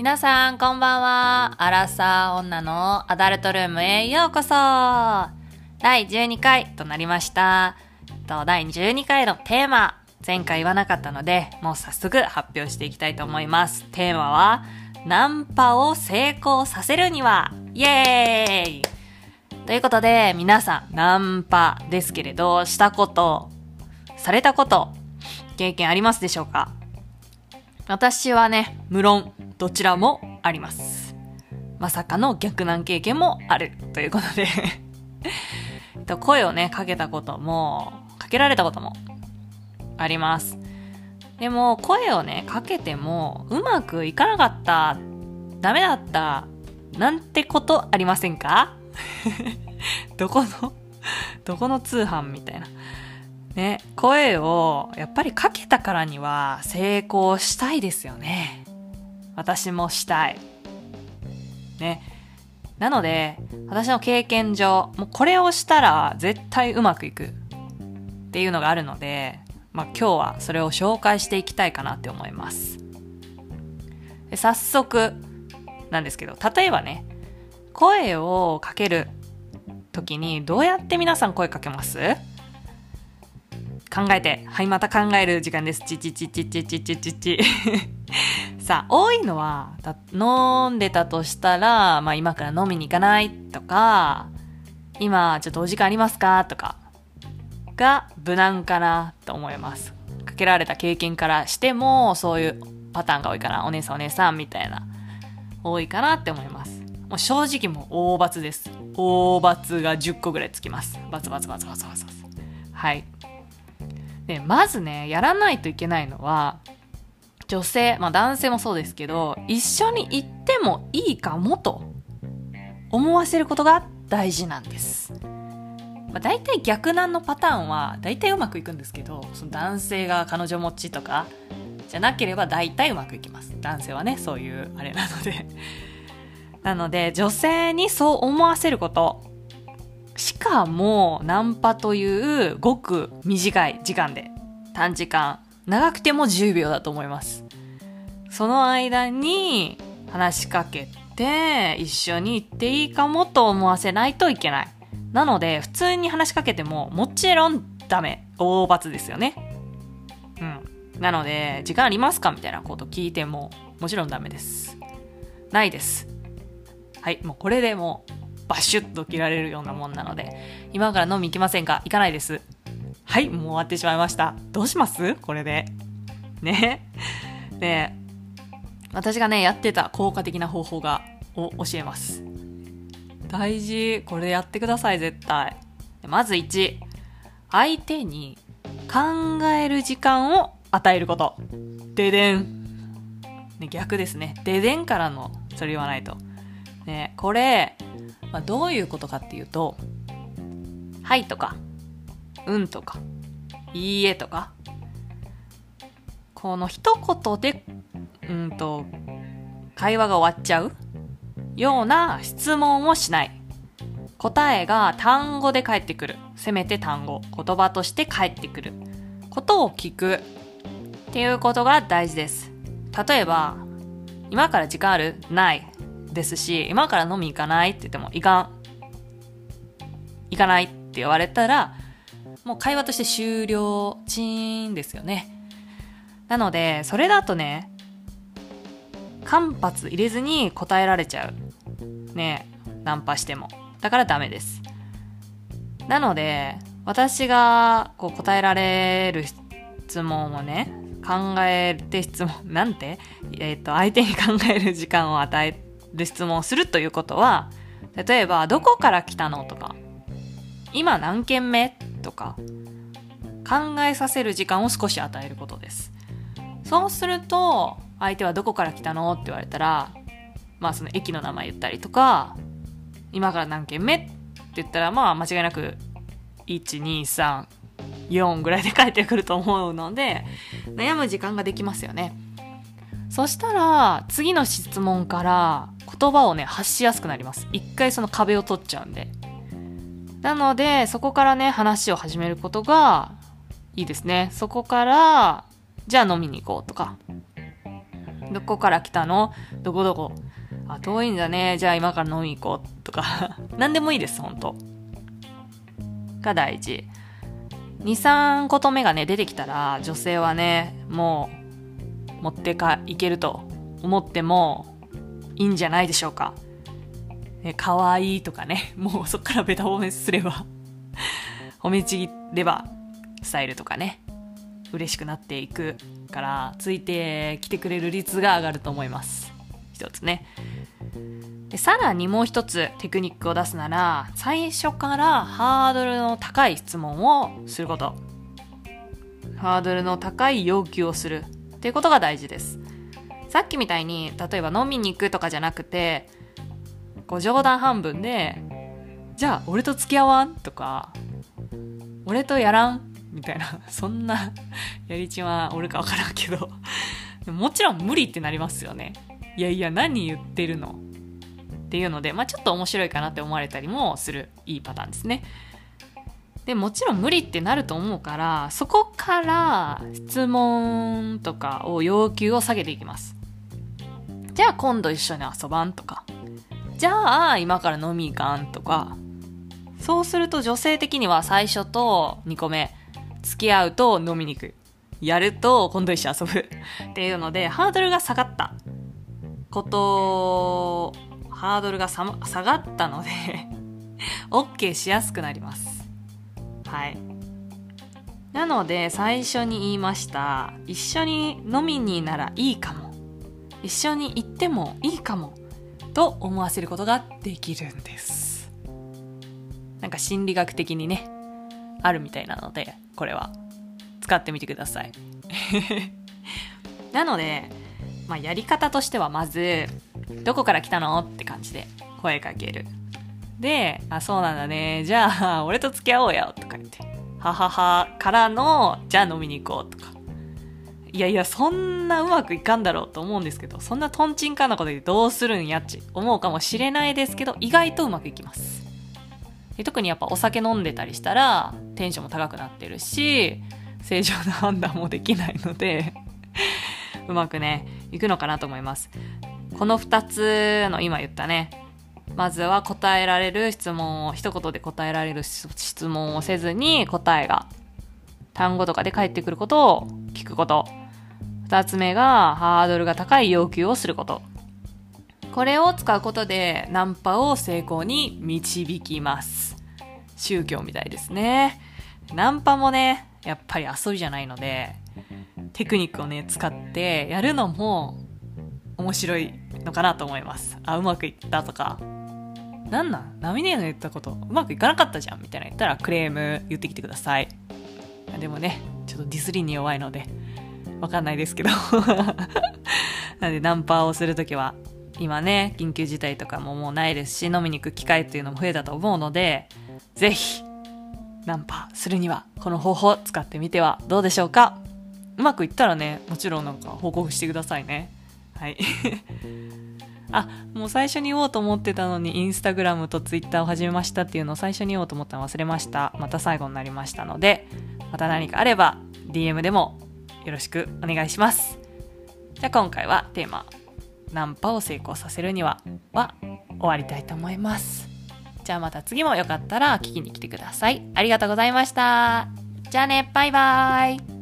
皆さんこんばんは。アラサー女のアダルトルームへようこそ。第12回となりました。第12回のテーマ、前回言わなかったのでもう早速発表していきたいと思います。テーマはナンパを成功させるにはイエーイということで、皆さんナンパですけれど、したこと、されたこと、経験ありますでしょうか？私はね、無論どちらもあります。まさかの逆難経験もあるということで声をねかけたこともかけられたこともあります。でも声をねかけてもうまくいかなかった、ダメだったなんてことありませんか？どこの通販みたいなね、声をやっぱりかけたからには成功したいですよね。私もしたいね。なので私の経験上、もうこれをしたら絶対うまくいくっていうのがあるので、今日はそれを紹介していきたいかなって思います。で早速なんですけど、例えばね、声をかける時にどうやって皆さん声かけます？考えて、はい、また考える時間です。さあ、多いのは飲んでたとしたら、今から飲みに行かないとか、今ちょっとお時間ありますかとかが無難かなと思います。かけられた経験からしてもそういうパターンが多いかな。お姉さんみたいな多いかなって思います。もう正直もう大罰です。大罰が10個ぐらいつきます。バツ。はい。でまずね、やらないといけないのは、女性、男性もそうですけど、一緒に行ってもいいかもと思わせることが大事なんです。大体逆難のパターンは大体うまくいくんですけど、その男性が彼女持ちとかじゃなければ大体うまくいきます。男性はね、そういうあれなのでなので女性にそう思わせること、しかもナンパというごく短い時間で、短時間、長くても10秒だと思います。その間に話しかけて一緒に行っていいかもと思わせないといけない。なので普通に話しかけてももちろんダメ、大罰ですよね。なので時間ありますかみたいなこと聞いてももちろんダメです。ないです。はい、もうこれでもうバシュッと切られるようなもんなので、今から飲み行きませんか？行かないです。はい、もう終わってしまいました。どうしますこれでね。で、私がねやってた効果的な方法を教えます。大事、これやってください絶対。まず1、相手に考える時間を与えること。ででん、ね、逆ですね。ででんからのそれ言わないとね。これどういうことかっていうと、はいとかうんとかいいえとか、この一言で会話が終わっちゃうような質問をしない。答えが単語で返ってくる、せめて単語、言葉として返ってくることを聞くっていうことが大事です。例えば、今から時間ある？ないですし、今から飲み行かないって言っても行かないって言われたら、もう会話として終了、チーンですよね。なのでそれだとね、間髪入れずに答えられちゃうね、ナンパしても。だからダメです。なので私が答えられる質問をね、考えて質問なんて、相手に考える時間を与える質問をするということは、例えばどこから来たのとか、今何件目とか考えさせる時間を少し与えることです。そうすると相手はどこから来たのって言われたら、その駅の名前言ったりとか、今から何件目って言ったら間違いなく1、2、3、4ぐらいで返ってくると思うので、悩む時間ができますよね。そしたら次の質問から言葉をね発しやすくなります。一回その壁を取っちゃうんで。なのでそこからね話を始めることがいいですね。そこからじゃあ飲みに行こうとか、 どこから来たの？どこどこ？あ、遠いんだね。じゃあ今から飲み行こうとか。何でもいいです、ほんと。が大事。2、3言目がね、出てきたら、女性はね、もう、持っていけると思ってもいいんじゃないでしょうか。かわいいとかね、もうそっからベタ褒めすれば、褒めちぎれば、スタイルとかね、嬉しくなっていくから、ついてきてくれる率が上がると思います。一つね。でさらにもう一つテクニックを出すなら、最初からハードルの高い質問をすること。ハードルの高い要求をするっていうことが大事です。さっきみたいに、例えば飲みに行くとかじゃなくて、こう冗談半分で、じゃあ俺と付き合わんとか、俺とやらんみたいな、そんなやりちんはおるかわからんけど、もちろん無理ってなりますよね。いやいや何言ってるのっていうので、ちょっと面白いかなって思われたりもするいいパターンですね。でもちろん無理ってなると思うから、そこから質問とかを要求を下げていきます。じゃあ今度一緒に遊ばんとか、じゃあ今から飲み行かんとか。そうすると女性的には最初と2個目、付き合うと飲みに行く、やると今度一緒に遊ぶっていうので、ハードルが下がったハードルが下がったのでOK しやすくなります。はい。なので最初に言いました、一緒に飲みにならいいかも、一緒に行ってもいいかもと思わせることができるんです。なんか心理学的にね、あるみたいなので、これは使ってみてください。なので、やり方としてはまず、どこから来たのって感じで声かける。で、あ、そうなんだね。じゃあ、俺と付き合おうよとか言って、はははからの、じゃあ飲みに行こうとか。いやいや、そんなうまくいかんだろうと思うんですけど、そんなトンチンカンなことでどうするんやっち思うかもしれないですけど、意外とうまくいきます。で特にやっぱお酒飲んでたりしたら、テンションも高くなってるし、正常な判断もできないので、うまくね、いくのかなと思います。この2つの今言ったね、まずは答えられる質問を、一言で答えられる質問をせずに、答えが単語とかで返ってくることを聞くこと。2つ目がハードルが高い要求をすること。これを使うことでナンパを成功に導きます。宗教みたいですね。ナンパもね、やっぱり遊びじゃないので、テクニックをね、使ってやるのも面白いのかなと思います。あ、うまくいったとか、ナミネーの言ったことうまくいかなかったじゃんみたいな言ったらクレーム言ってきてください。でもね、ちょっとディスりに弱いのでわかんないですけどなんでナンパをするときは、今ね、緊急事態とかももうないですし、飲みに行く機会っていうのも増えたと思うので、ぜひナンパするにはこの方法を使ってみてはどうでしょうか。うまくいったらね、もちろんなんか報告してくださいね。はいあ、もう最初に言おうと思ってたのに、インスタグラムとツイッターを始めましたっていうのを最初に言おうと思ったの忘れました。また最後になりましたので、また何かあれば DM でもよろしくお願いします。じゃあ今回はテーマ、ナンパを成功させるには終わりたいと思います。じゃあまた次もよかったら聞きに来てください。ありがとうございました。じゃあね、バイバイ。